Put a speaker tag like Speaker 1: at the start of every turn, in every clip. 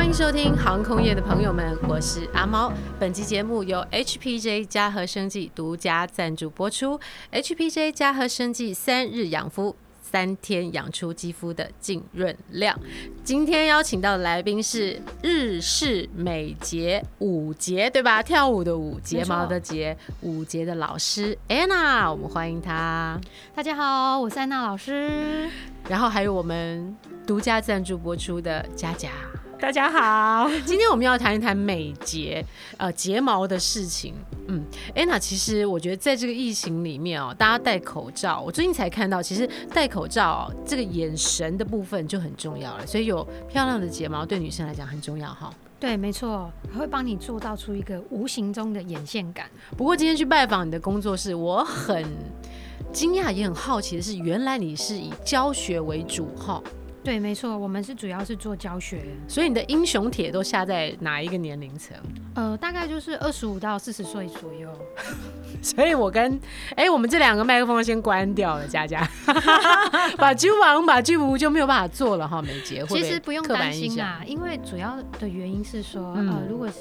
Speaker 1: 迎收听航空业的朋友们，我是阿猫。本期节目由 HPJ 嘉禾生技独家赞助播出。HPJ 嘉禾生技3日养肤，3天养出肌肤的净润亮。今天邀请到的来宾是日式美睫舞睫，对吧？跳舞的舞，睫毛的睫，舞睫的老师 Anna， 我们欢迎她。
Speaker 2: 大家好，我是安娜老师。
Speaker 1: 然后还有我们独家赞助播出的佳佳。
Speaker 3: 大家好，
Speaker 1: 今天我们要谈一谈美睫，睫毛的事情。Anna， 其实我觉得在这个疫情里面大家戴口罩，我最近才看到，其实戴口罩这个眼神的部分就很重要了，所以有漂亮的睫毛对女生来讲很重要哈。
Speaker 2: 对，没错，会帮你做到出一个无形中的眼线感。
Speaker 1: 不过今天去拜访你的工作室，我很惊讶也很好奇的是，原来你是以教学为主哈。
Speaker 2: 对，没错，我们主要是做教学，
Speaker 1: 所以你的英雄帖都下在哪一个年龄层？
Speaker 2: 大概就是25到40岁左右。
Speaker 1: 所以我跟我们这2个麦克风先关掉了，佳佳，把剧王把剧舞就没有办法做了哈，美睫。
Speaker 2: 其实不用担心啦，因为主要的原因是说，如果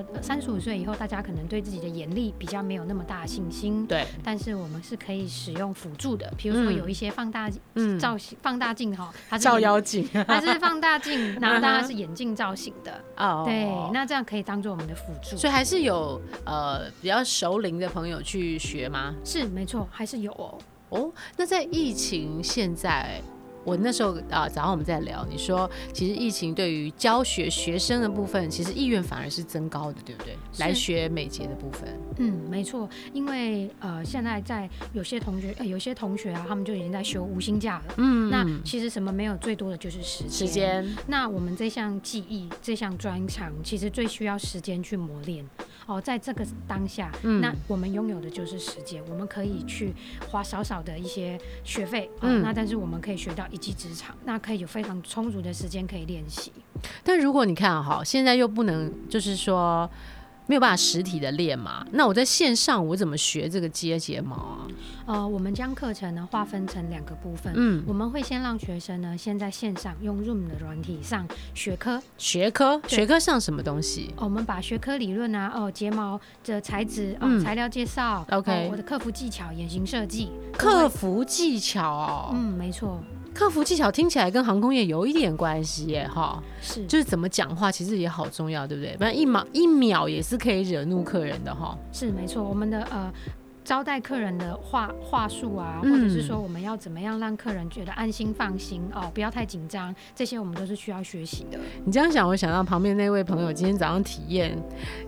Speaker 2: 35岁以后，大家可能对自己的眼力比较没有那么大的信心，
Speaker 1: 对，但
Speaker 2: 是我们是可以使用辅助的，比如说有一些放大镜哈，它是
Speaker 1: 照妖镜，
Speaker 2: 它是放大镜，然后它是眼镜造型的对，那这样可以当做我们的辅助。
Speaker 1: 所以还是有比较熟龄的朋友去学吗？
Speaker 2: 是，没错，还是有
Speaker 1: 哦。那在疫情现在，我那时候早上我们在聊，你说其实疫情对于教学学生的部分，其实意愿反而是增高的，对不对？来学美睫的部分。
Speaker 2: 没错，因为现在在有些同学啊，他们就已经在休无薪假了。那其实什么没有，最多的就是时间。那我们这项技艺、这项专长，其实最需要时间去磨练。在这个当下，那我们拥有的就是时间，我们可以去花少少的一些学费，那但是我们可以学到一技之长，那可以有非常充足的时间可以练习。
Speaker 1: 但如果你看现在又不能，就是说没有办法实体的练嘛，那我在线上我怎么学这个接睫毛啊？
Speaker 2: 我们将课程呢划分成2个部分。我们会先让学生呢先在线上用 Zoom 的软体上学科上什么东西？我们把学科理论啊，睫毛的材质材料介绍 ，OK， 我的客服技巧、眼型设计。客服技巧没错。
Speaker 1: 客服技巧听起来跟航空业有一点关系耶，
Speaker 2: 是，
Speaker 1: 就是怎么讲话其实也好重要，对不对？不然一秒也是可以惹怒客人的哈。
Speaker 2: 是没错，我们的招待客人的话术啊，或者是说我们要怎么样让客人觉得安心放心不要太紧张，这些我们都是需要学习的。
Speaker 1: 你这样想，我想到旁边那位朋友今天早上体验。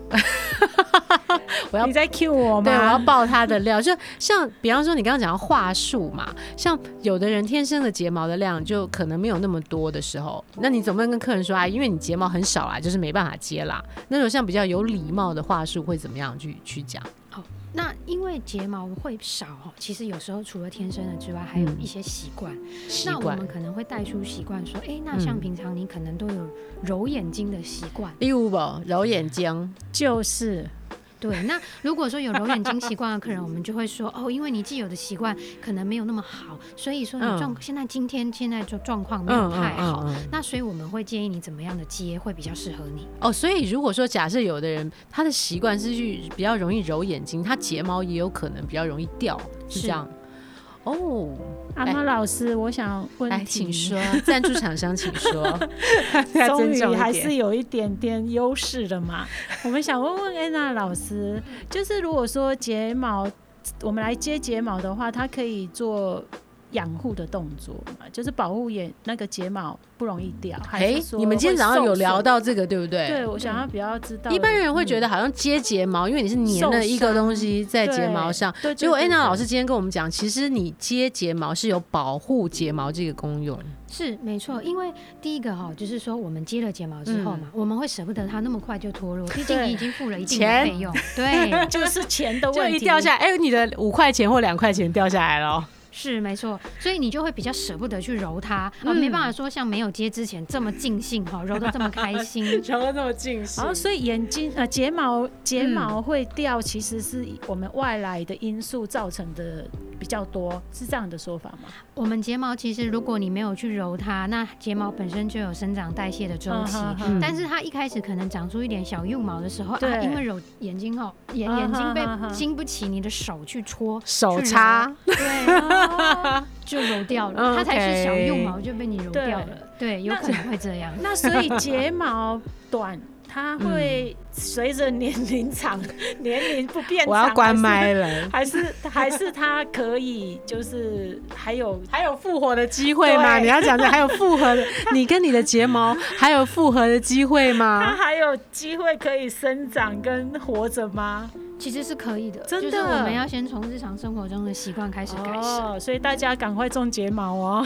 Speaker 3: 你在 cue 我吗？
Speaker 1: 对，我要爆他的料。就像比方说你刚刚讲到话术嘛，像有的人天生的睫毛的量就可能没有那么多的时候，那你总不能跟客人说因为你睫毛很少啦，就是没办法接啦。那种像比较有礼貌的话术会怎么样去讲？
Speaker 2: 那因为睫毛会少，其实有时候除了天生的之外，还有一些习惯。那我们可能会带出习惯说，那像平常你可能都有揉眼睛的习惯，
Speaker 1: 例如揉眼睛
Speaker 3: 就是。
Speaker 2: 对，那如果说有揉眼睛习惯的客人，我们就会说因为你既有的习惯可能没有那么好，所以说你现在状况没有太好，那所以我们会建议你怎么样的接会比较适合你。
Speaker 1: 所以如果说假设有的人他的习惯是去比较容易揉眼睛，他睫毛也有可能比较容易掉，是这样。
Speaker 3: 阿妈老师，我想问题，
Speaker 1: 来，请说，赞助厂商，请说。
Speaker 3: 终于还是有一点点优势的嘛。我们想问问安娜老师，就是如果说睫毛，我们来接睫毛的话，它可以做养护的动作嘛，就是保护那个睫毛不容易掉。
Speaker 1: 你们今天早上有聊到这个，对不对？
Speaker 3: 对，我想要比较知道。
Speaker 1: 一般人会觉得好像接睫毛，因为你是粘了一个东西在睫毛上。结果安娜老师今天跟我们讲，其实你接睫毛是有保护睫毛这个功用。
Speaker 2: 是没错，因为第一个就是说我们接了睫毛之后嘛，我们会舍不得它那么快就脱落，毕竟你已经付了一定的费用。对，
Speaker 3: 就是钱的问题，
Speaker 1: 就一掉下来，你的5块钱或2块钱掉下来了。
Speaker 2: 是没错，所以你就会比较舍不得去揉它，没办法说像没有接之前这么尽兴揉得这么开心，
Speaker 1: 揉得这么尽兴。
Speaker 3: 所以睫毛会掉，其实是我们外来的因素造成的比较多，是这样的说法吗？
Speaker 2: 我们睫毛其实如果你没有去揉它，那睫毛本身就有生长代谢的周期，但是它一开始可能长出一点小幼毛的时候，因为揉眼睛眼睛被经不起你的手去戳
Speaker 1: 手擦，
Speaker 2: 对。就揉掉了，它才是小幼毛就被你揉掉了，对，有可能会这样。
Speaker 3: 那所以睫毛短，它会随着年龄长，年龄不变长，
Speaker 1: 我要关麦了，
Speaker 3: 还是它可以就是还有
Speaker 1: 复活的机会吗？你要讲的还有复合的，你跟你的睫毛还有复合的机会吗？
Speaker 3: 它还有机会可以生长跟活着吗？
Speaker 2: 其实是可以的，
Speaker 3: 真的，
Speaker 2: 就是我们要先从日常生活中的习惯开始改善，
Speaker 3: 所以大家赶快种睫毛哦。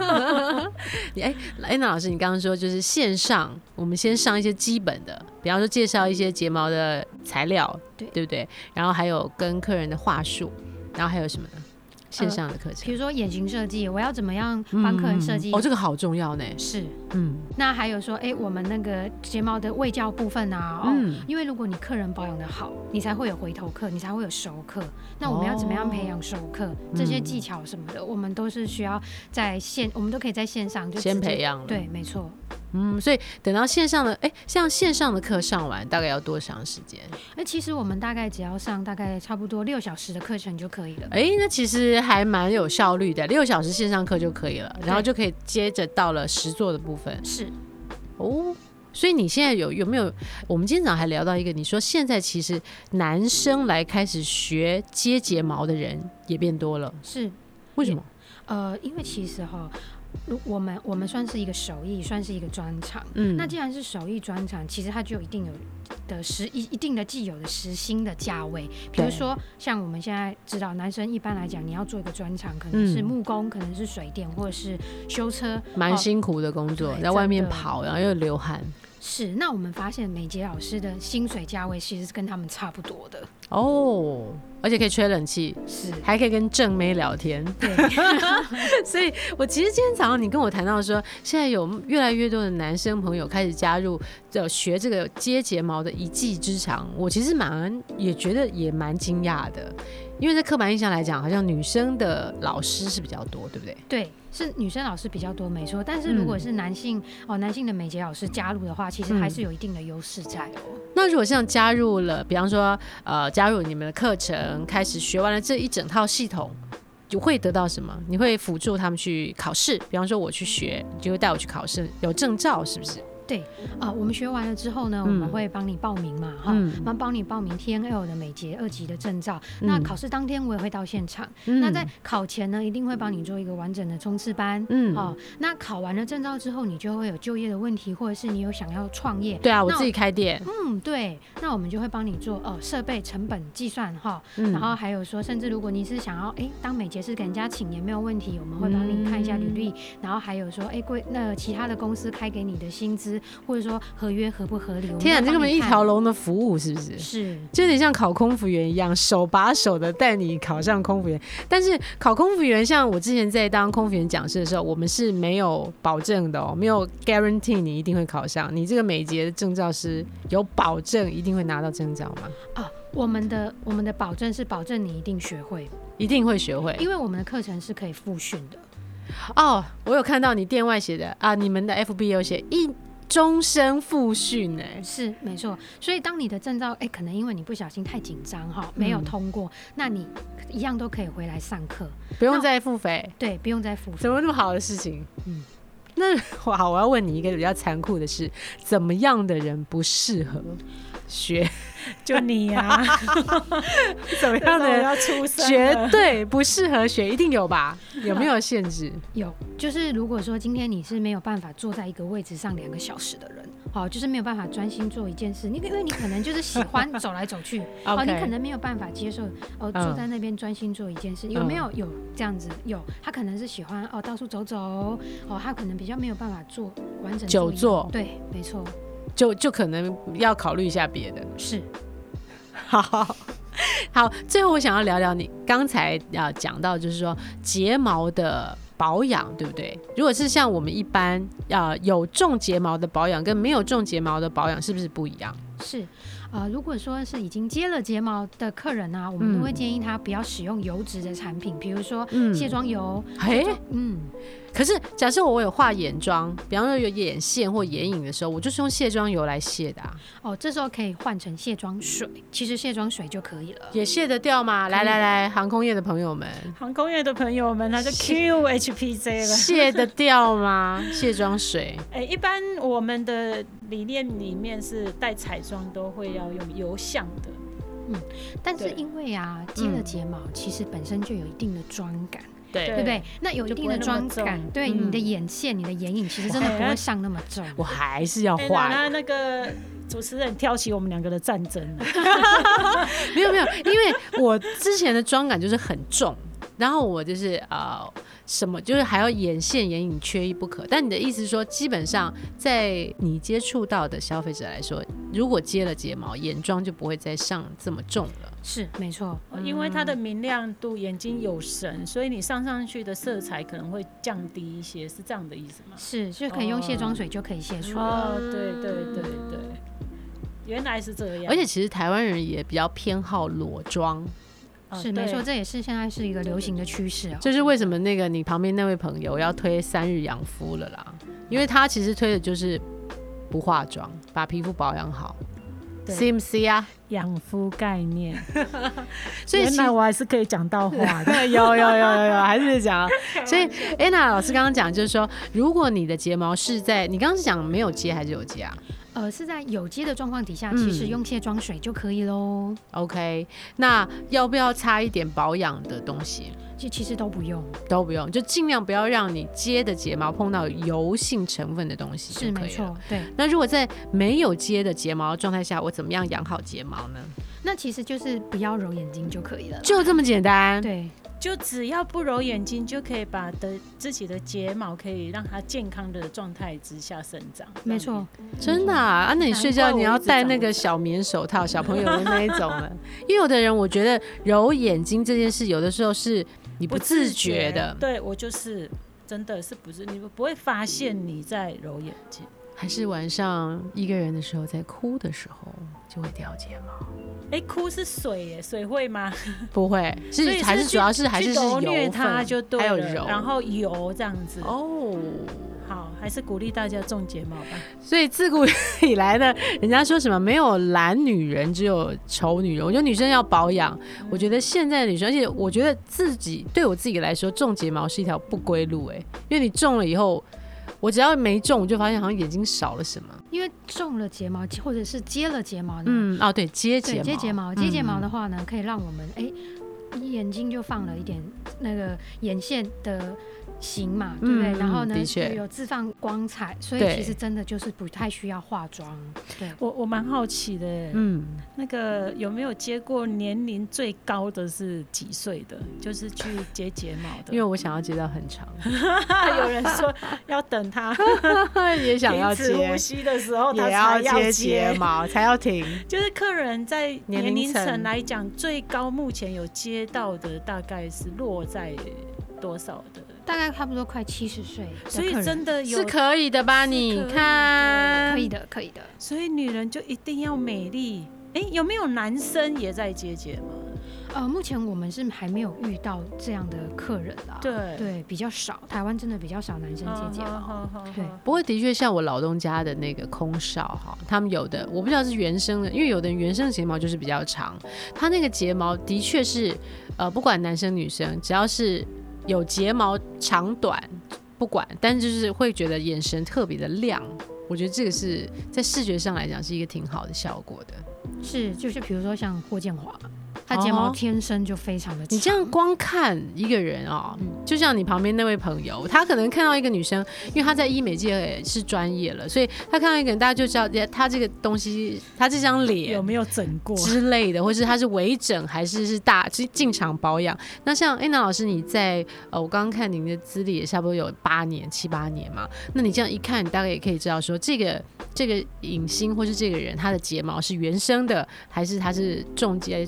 Speaker 1: 安娜老师，你刚刚说就是线上，我们先上一些基本的，比方说介绍一些睫毛的材料，对不对？然后还有跟客人的话术，然后还有什么呢？线上的课程，
Speaker 2: 比如说眼型设计，我要怎么样帮客人设计？
Speaker 1: 这个好重要呢。
Speaker 2: 是，那还有说，我们那个睫毛的卫教部分啊，因为如果你客人保养的好，你才会有回头客，你才会有熟客。那我们要怎么样培养熟客？这些技巧什么的，我们都是需要我们都可以在线上就
Speaker 1: 先培养了。
Speaker 2: 对，没错。
Speaker 1: 所以等到线上的，像线上的课上完，大概要多长时间？
Speaker 2: 其实我们大概只要上大概差不多6小时的课程就可以了。
Speaker 1: 那其实还蛮有效率的，6小时线上课就可以了，然后就可以接着到了实作的部分。
Speaker 2: 是。
Speaker 1: 所以你现在有没有？我们今天早上还聊到一个，你说现在其实男生来开始学接睫毛的人也变多了，
Speaker 2: 是？
Speaker 1: 为什么？
Speaker 2: 因为其实我们算是一个手艺，算是一个专长。那既然是手艺专长，其实它就有一定的既有的时薪的价位。比如说，像我们现在知道，男生一般来讲，你要做一个专长，可能是木工，可能是水电，或者是修车，
Speaker 1: 蛮辛苦的工作，在外面跑，然后又流汗。
Speaker 2: 是，那我们发现美睫老师的薪水价位其实是跟他们差不多的
Speaker 1: 而且可以吹冷气，
Speaker 2: 是，
Speaker 1: 还可以跟正妹聊天，
Speaker 2: 对。
Speaker 1: 所以我其实今天早上你跟我谈到说，现在有越来越多的男生朋友开始加入学这个接睫毛的一技之长，我其实也觉得也蛮惊讶的，因为在刻板印象来讲，好像女生的老师是比较多，对不对？
Speaker 2: 对，是女生老师比较多，没错。但是如果是男性的美睫老师加入的话，其实还是有一定的优势在
Speaker 1: 那如果像加入了，比方说加入你们的课程，开始学完了这一整套系统，就会得到什么？你会辅助他们去考试，比方说我去学，你就会带我去考试，有证照是不是？
Speaker 2: 对，我们学完了之后呢，我们会帮你报名嘛，帮你报名 TNL 的美睫2级的证照。那考试当天我也会到现场。那在考前呢，一定会帮你做一个完整的冲刺班。那考完了证照之后，你就会有就业的问题，或者是你有想要创业。
Speaker 1: 对啊，我自己开店。
Speaker 2: 对，那我们就会帮你做设备成本计算然后还有说，甚至如果你是想要当美睫师给人家请也没有问题，我们会帮你看一下履历，然后还有说那其他的公司开给你的薪资。或者说合约合不合理？
Speaker 1: 天啊，这根本一条龙的服务，是不是？
Speaker 2: 是，
Speaker 1: 就有点像考空服员一样，手把手的带你考上空服员。但是考空服员，像我之前在当空服员讲师的时候，我们是没有保证的没有 guarantee 你一定会考上。你这个美睫的证照师有保证一定会拿到证照吗？
Speaker 2: 我们的保证是保证你一定学会，
Speaker 1: 一定会学会，
Speaker 2: 因为我们的课程是可以复训的。
Speaker 1: 我有看到你店外写的你们的 FB 有写终身复训
Speaker 2: 是没错。所以当你的证照可能因为你不小心太紧张没有通过，那你一样都可以回来上课，
Speaker 1: 不用再付费。
Speaker 2: 对，不用再付费。
Speaker 1: 怎么那么好的事情？那好，我要问你一个比较残酷的事，怎么样的人不适合学？
Speaker 3: 就你呀，
Speaker 1: 怎么样的人绝对不适合学？一定有吧？有没有限制？
Speaker 2: 有，就是如果说今天你是没有办法坐在一个位置上2个小时的人，就是没有办法专心做一件事，因为你可能就是喜欢走来走去，你可能没有办法接受坐在那边专心做一件事。有没有？有这样子？有，他可能是喜欢到处走走，他可能比较没有办法做完整
Speaker 1: 久坐。
Speaker 2: 对，没错。就
Speaker 1: 可能要考虑一下别的。
Speaker 2: 是，
Speaker 1: 好， 好，最后我想要聊聊你刚才讲到，就是说睫毛的保养，对不对？如果是像我们一般有种睫毛的保养跟没有种睫毛的保养，是不是不一样？
Speaker 2: 是，如果说是已经接了睫毛的客人啊，我们都会建议他不要使用油脂的产品，比如说卸妆油。
Speaker 1: 可是假设我有画眼妆，比方说有眼线或眼影的时候，我就是用卸妆油来卸的
Speaker 2: 这时候可以换成卸妆水，其实卸妆水就可以了。
Speaker 1: 也卸得掉吗？来，航空业的朋友们，
Speaker 3: 他就 QHPJ 了，
Speaker 1: 卸得掉吗？卸妆水？
Speaker 3: 一般我们的理念里面是带彩妆都会要用油相的。
Speaker 2: 但是因为接了睫毛，其实本身就有一定的妆感。对不对？那有一定的妆感，对你的眼线、你的眼影，其实真的不会上那么重。
Speaker 1: 我还是要画。
Speaker 3: 那个主持人挑起我们两个的战争了。
Speaker 1: 没有，因为我之前的妆感就是很重，然后我就是什么就是还要眼线眼影缺一不可。但你的意思是说，基本上在你接触到的消费者来说，如果接了睫毛，眼妆就不会再上这么重了。
Speaker 2: 是没错，
Speaker 3: 因为它的明亮度，眼睛有神，所以你上去的色彩可能会降低一些，是这样的意思吗？
Speaker 2: 是，就可以用卸妆水就可以卸除了。
Speaker 3: 对，原来是这样。
Speaker 1: 而且其实台湾人也比较偏好裸妆。
Speaker 2: 是没错，这也是现在是一个流行的趋势
Speaker 1: 就是为什么那个你旁边那位朋友要推3日养肤了啦，因为他其实推的就是不化妆，把皮肤保养好。CMC
Speaker 3: 养肤概念，所以原来我还是可以讲到话的。
Speaker 1: 有，还是讲。所以 Anna 老师刚刚讲就是说，如果你的睫毛是在你刚刚是讲没有接还是有接啊？
Speaker 2: 是在有接的状况底下，其实用卸妆水就可以咯。
Speaker 1: OK， 那要不要擦一点保养的东西？
Speaker 2: 其实都不用，
Speaker 1: 就尽量不要让你接的睫毛碰到油性成分的东西就可以了。
Speaker 2: 是没错，对。
Speaker 1: 那如果在没有接的睫毛状态下，我怎么样养好睫毛呢？
Speaker 2: 那其实就是不要揉眼睛就可以了，
Speaker 1: 就这么简单。
Speaker 2: 对。
Speaker 3: 就只要不揉眼睛，就可以把自己的睫毛可以让它健康的状态之下生长。
Speaker 2: 没错，
Speaker 1: 真的啊！那你睡觉你要戴那个小棉手套，小朋友的那一种的。因为有的人我觉得揉眼睛这件事，有的时候是你不自觉的。
Speaker 3: 对，我就是真的是不是你不会发现你在揉眼睛，
Speaker 1: 还是晚上一个人的时候，在哭的时候就会掉睫毛。
Speaker 3: 哭是水耶，水会吗？
Speaker 1: 不会，还是主要是还是
Speaker 3: 揉虐它就对了，
Speaker 1: 还有揉，
Speaker 3: 然后油这样子。好，还是鼓励大家种睫毛吧。
Speaker 1: 所以自古以来呢，人家说什么没有懒女人，只有丑女人。我觉得女生要保养，我觉得现在的女生，而且我觉得对我自己来说，种睫毛是一条不归路因为你种了以后。我只要没中，我就发现好像眼睛少了什么。
Speaker 2: 因为种了睫毛或者是接了睫毛呢，
Speaker 1: 对，接睫
Speaker 2: 毛的话呢，可以让我们眼睛就放了一点那个眼线的型嘛，对不对？然后呢，有自放光彩，所以其实真的就是不太需要化妆。对，
Speaker 3: 我蛮好奇的，那个有没有接过年龄最高的是几岁的？就是去接睫毛的？
Speaker 1: 因为我想要接到很长。
Speaker 3: 有人说要等他
Speaker 1: 也想要接，
Speaker 3: 停止呼吸的时候，他
Speaker 1: 也要接睫毛才要停。
Speaker 3: 就是客人在年龄层来讲，最高目前有接到的大概是落在多少的？
Speaker 2: 大概差不多快70岁，
Speaker 3: 所以真的有
Speaker 1: 是可以的吧？你看，
Speaker 2: 可以的，可以的。
Speaker 3: 所以女人就一定要美丽。有没有男生也在接睫毛？
Speaker 2: 目前我们是还没有遇到这样的客人啦。对，比较少，台湾真的比较少男生接睫毛。对，
Speaker 1: 不过的确像我老东家的那个空少他们有的我不知道是原生的，因为有的人原生的睫毛就是比较长，他那个睫毛的确是不管男生女生，只要是有睫毛长短不管，但就是会觉得眼神特别的亮。我觉得这个是在视觉上来讲是一个挺好的效果的。
Speaker 2: 是，就是比如说像霍建华，他睫毛天生就非常的长。
Speaker 1: 你这样光看一个人就像你旁边那位朋友，他可能看到一个女生，因为他在医美界也是专业了，所以他看到一个人，大家就知道他这个东西，他这张脸
Speaker 3: 有没有整过
Speaker 1: 之类的，或是他是微整还是进场保养。那像Anna老师，你在我刚刚看您的资历也差不多有7、8年嘛，那你这样一看，你大概也可以知道说这个影星或是这个人他的睫毛是原生的，还是他是种接出来的。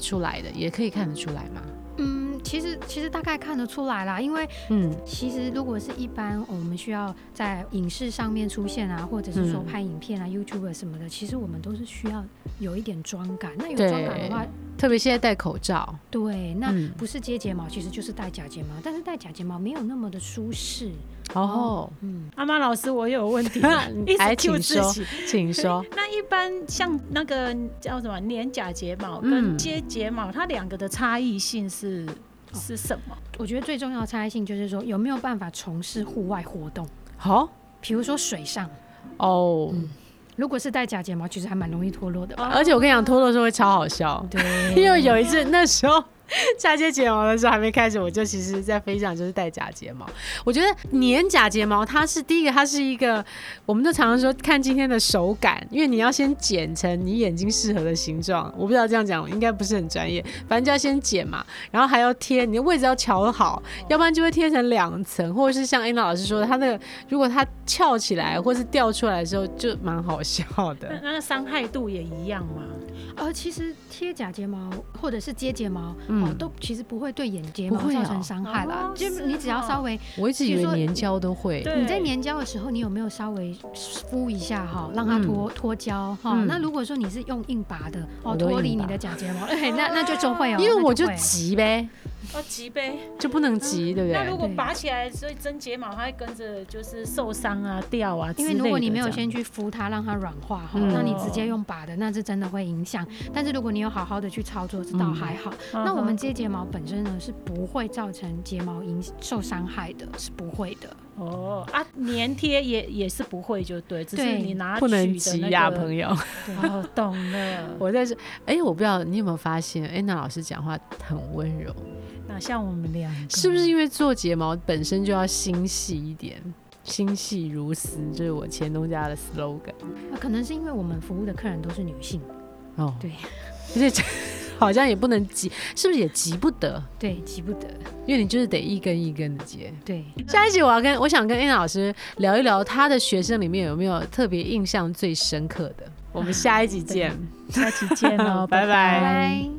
Speaker 1: 的，也可以看得出来吗？
Speaker 2: 其实大概看得出来啦，因为其实如果是一般我们需要在影视上面出现啊，或者是说拍影片啊、YouTube 什么的，其实我们都是需要有一点妆感。那有妆感的话，
Speaker 1: 特别现在戴口罩，
Speaker 2: 对，那不是接睫毛，其实就是戴假睫毛，但是戴假睫毛没有那么的舒适。
Speaker 3: 阿妈老师，我有问题，
Speaker 1: 请说。
Speaker 3: 那一般像那个叫什么粘假睫毛跟接睫毛，它两个的差异性是什么？
Speaker 2: 我觉得最重要的差异性就是说有没有办法从事户外活动。比如说水上。如果是戴假睫毛，其实还蛮容易脱落的吧。
Speaker 1: 而且我跟你讲，脱落的时候会超好笑。
Speaker 2: 对，
Speaker 1: 因为有一次那时候下接睫毛的时候还没开始，我就其实在飞机上就是戴假睫毛。我觉得粘假睫毛，它是第一个，它是一个，我们都常常说看今天的手感，因为你要先剪成你眼睛适合的形状。我不知道这样讲应该不是很专业，反正就要先剪嘛，然后还要贴，你的位置要调好，要不然就会贴成2层，或者是像 Anna 老师说的，它那个如果它翘起来或是掉出来的时候，就蛮好笑的。
Speaker 3: 那伤害度也一样吗？
Speaker 2: 其实贴假睫毛或者是接睫毛，都其实不会对眼睫毛造成伤害啦。就你只要稍微，
Speaker 1: 我一直以为粘胶都会。
Speaker 2: 你在粘胶的时候，你有没有稍微敷一下哈，让它脱胶哈？那如果说你是用硬拔的脱离你的假睫毛，那就会哦。
Speaker 1: 因为我就急呗。
Speaker 3: 急呗，
Speaker 1: 就不能急，对不对？
Speaker 3: 那如果拔起来，所以真睫毛它会跟着就是受伤啊、掉啊之类的。
Speaker 2: 因为如果你没有先去敷它，让它软化哈，那你直接用拔的，那是真的会影响。但是如果你有好好的去操作，这倒还好。那我们接睫毛本身呢是不会造成睫毛受伤害的，是不会的。
Speaker 3: 粘贴也是不会，就对，只是你拿取的那个，
Speaker 1: 不能急呀，朋友。
Speaker 3: 懂了。
Speaker 1: 我在这，我不知道你有没有发现，Anna 老师讲话很温柔。
Speaker 3: 哪像我们两个？
Speaker 1: 是不是因为做睫毛本身就要心细一点？心细如丝，就是我前东家的 slogan。
Speaker 2: 可能是因为我们服务的客人都是女性。对。
Speaker 1: 而且好像也不能急，是不是也急不得？
Speaker 2: 对，急不得，
Speaker 1: 因为你就是得一根一根的接。
Speaker 2: 对，
Speaker 1: 下一集我想跟 Anna 老师聊一聊她的学生里面有没有特别印象最深刻的。我们下一集见，
Speaker 3: 下期见哦，
Speaker 1: 拜拜。